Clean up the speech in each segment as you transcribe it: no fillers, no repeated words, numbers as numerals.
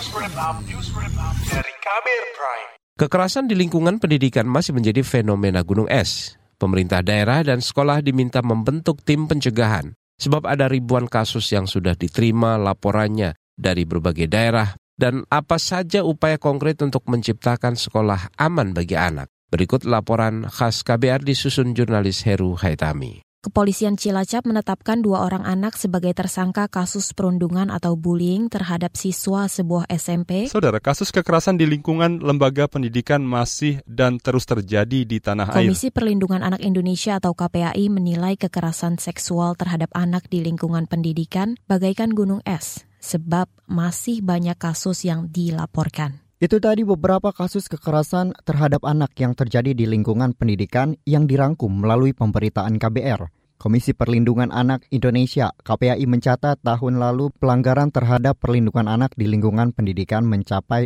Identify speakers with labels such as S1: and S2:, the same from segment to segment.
S1: News Wrap Up dari Kamer Prime.
S2: Kekerasan di lingkungan pendidikan masih menjadi fenomena gunung es. Pemerintah daerah dan sekolah diminta membentuk tim pencegahan, sebab ada ribuan kasus yang sudah diterima laporannya dari berbagai daerah, dan apa saja upaya konkret untuk menciptakan sekolah aman bagi anak. Berikut laporan khas KBR disusun jurnalis Heru Haitami.
S3: Kepolisian Cilacap menetapkan 2 orang anak sebagai tersangka kasus perundungan atau bullying terhadap siswa sebuah SMP.
S4: Saudara, kasus kekerasan di lingkungan lembaga pendidikan masih dan terus terjadi di tanah air.
S3: Komisi Perlindungan Anak Indonesia atau KPAI menilai kekerasan seksual terhadap anak di lingkungan pendidikan bagaikan gunung es, sebab masih banyak kasus yang dilaporkan.
S5: Itu tadi beberapa kasus kekerasan terhadap anak yang terjadi di lingkungan pendidikan yang dirangkum melalui pemberitaan KBR. Komisi Perlindungan Anak Indonesia (KPAI) mencatat tahun lalu pelanggaran terhadap perlindungan anak di lingkungan pendidikan mencapai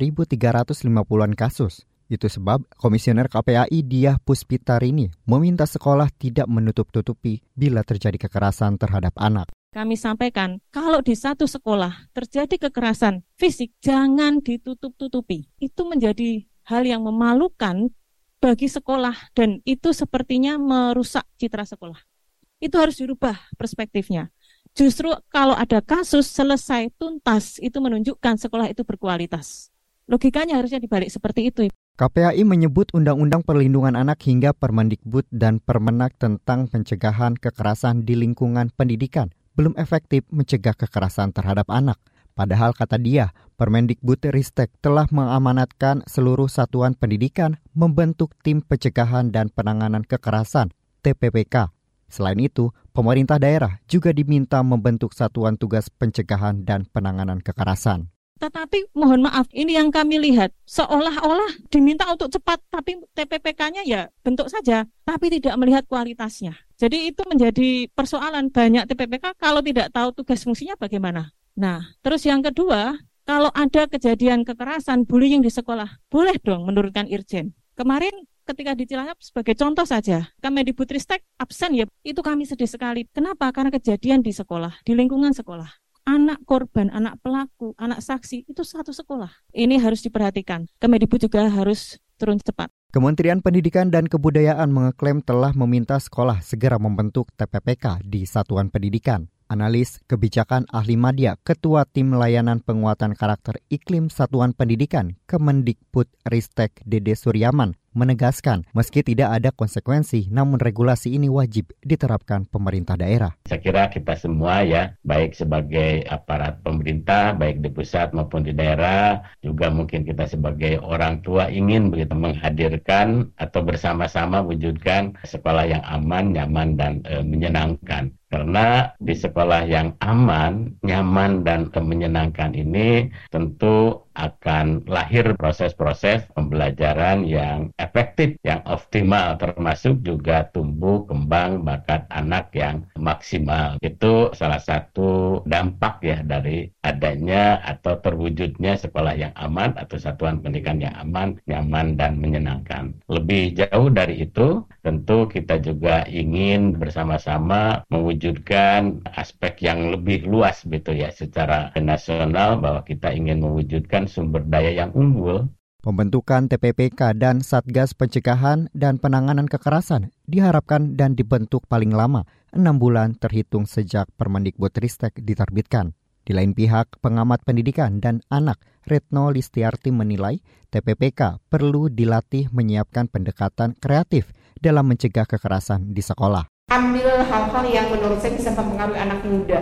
S5: 2.350-an kasus. Itu sebab Komisioner KPAI Diah Puspitarini meminta sekolah tidak menutup-tutupi bila terjadi kekerasan terhadap anak.
S6: Kami sampaikan, kalau di satu sekolah terjadi kekerasan fisik, jangan ditutup-tutupi. Itu menjadi hal yang memalukan bagi sekolah dan itu sepertinya merusak citra sekolah. Itu harus dirubah perspektifnya. Justru kalau ada kasus selesai tuntas, itu menunjukkan sekolah itu berkualitas. Logikanya harusnya dibalik seperti itu.
S5: KPAI menyebut Undang-Undang Perlindungan Anak hingga Permendikbud dan Permenak tentang pencegahan kekerasan di lingkungan pendidikan belum efektif mencegah kekerasan terhadap anak. Padahal kata dia, Permendikbud-Ristek telah mengamanatkan seluruh satuan pendidikan membentuk tim pencegahan dan penanganan kekerasan (TPPK). Selain itu, pemerintah daerah juga diminta membentuk satuan tugas pencegahan dan penanganan kekerasan.
S6: Tetapi mohon maaf, ini yang kami lihat seolah-olah diminta untuk cepat, tapi TPPK-nya ya bentuk saja, tapi tidak melihat kualitasnya. Jadi itu menjadi persoalan banyak TPPK kalau tidak tahu tugas fungsinya bagaimana. Nah, terus yang kedua, kalau ada kejadian kekerasan, bullying di sekolah, boleh dong menurunkan Irjen. Kemarin ketika di Cilacap sebagai contoh saja, Kemendikbudristek absen ya, itu kami sedih sekali. Kenapa? Karena kejadian di sekolah, di lingkungan sekolah. Anak korban, anak pelaku, anak saksi, itu satu sekolah. Ini harus diperhatikan. Kemendikbud juga harus turun cepat.
S5: Kementerian Pendidikan dan Kebudayaan mengeklaim telah meminta sekolah segera membentuk TPPK di satuan pendidikan. Analis kebijakan Ahli Madya, Ketua Tim Layanan Penguatan Karakter Iklim Satuan Pendidikan Kemendikbud-Ristek Dede Suryaman menegaskan meski tidak ada konsekuensi, namun regulasi ini wajib diterapkan pemerintah daerah.
S7: Saya kira kita semua ya, baik sebagai aparat pemerintah, baik di pusat maupun di daerah, juga mungkin kita sebagai orang tua ingin begitu menghadirkan atau bersama-sama wujudkan sekolah yang aman, nyaman, dan menyenangkan. Karena di sekolah yang aman, nyaman, dan menyenangkan ini tentu akan lahir proses-proses pembelajaran yang efektif, yang optimal, termasuk juga tumbuh kembang bakat anak yang maksimal. Itu salah satu dampak ya dari adanya atau terwujudnya sekolah yang aman atau satuan pendidikan yang aman, nyaman, dan menyenangkan. Lebih jauh dari itu, tentu kita juga ingin bersama-sama mewujudkan aspek yang lebih luas gitu ya secara nasional, bahwa kita ingin mewujudkan sumber daya yang unggul.
S5: Pembentukan TPPK dan Satgas Pencegahan dan Penanganan Kekerasan diharapkan dan dibentuk paling lama 6 bulan terhitung sejak Permendikbudristek diterbitkan. Di lain pihak, pengamat pendidikan dan anak Retno Listiarti menilai TPPK perlu dilatih menyiapkan pendekatan kreatif dalam mencegah kekerasan di sekolah.
S8: Ambil hal-hal yang menurut saya bisa mempengaruhi anak muda.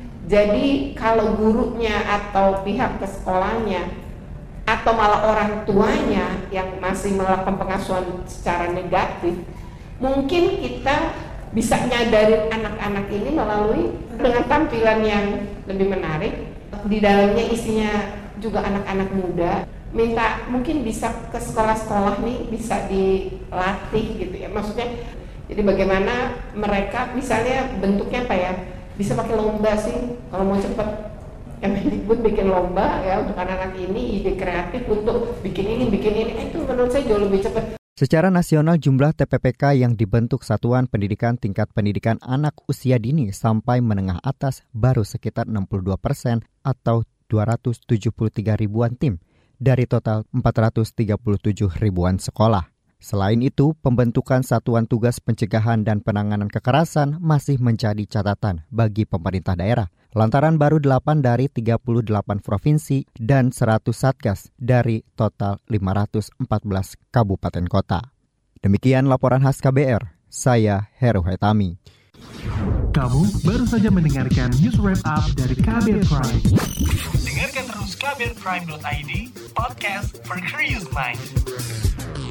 S8: Jadi kalau gurunya atau pihak ke sekolahnya atau malah orang tuanya yang masih melakukan pengasuhan secara negatif, mungkin kita bisa nyadarin anak-anak ini melalui dengan tampilan yang lebih menarik. Di dalamnya isinya juga anak-anak muda. Minta mungkin bisa ke sekolah-sekolah nih bisa dilatih gitu ya. Maksudnya jadi bagaimana mereka misalnya bentuknya apa ya? Bisa pakai lomba sih kalau mau cepat. Kemendikbud bikin lomba ya untuk anak-anak ini, ide kreatif untuk bikin ini, itu menurut saya jauh lebih cepat.
S5: Secara nasional jumlah TPPK yang dibentuk Satuan Pendidikan Tingkat Pendidikan Anak Usia Dini sampai Menengah Atas baru sekitar 62% atau 273 ribuan tim dari total 437 ribuan sekolah. Selain itu, pembentukan Satuan Tugas Pencegahan dan Penanganan Kekerasan masih menjadi catatan bagi pemerintah daerah. Lantaran baru 8 dari 38 provinsi dan 100 satgas dari total 514 kabupaten kota. Demikian laporan khas KBR, saya Heru Haitami.
S9: Kamu baru saja mendengarkan News Wrap Up dari KBR Prime.
S1: Dengarkan terus kbrprime.id, podcast for curious mind.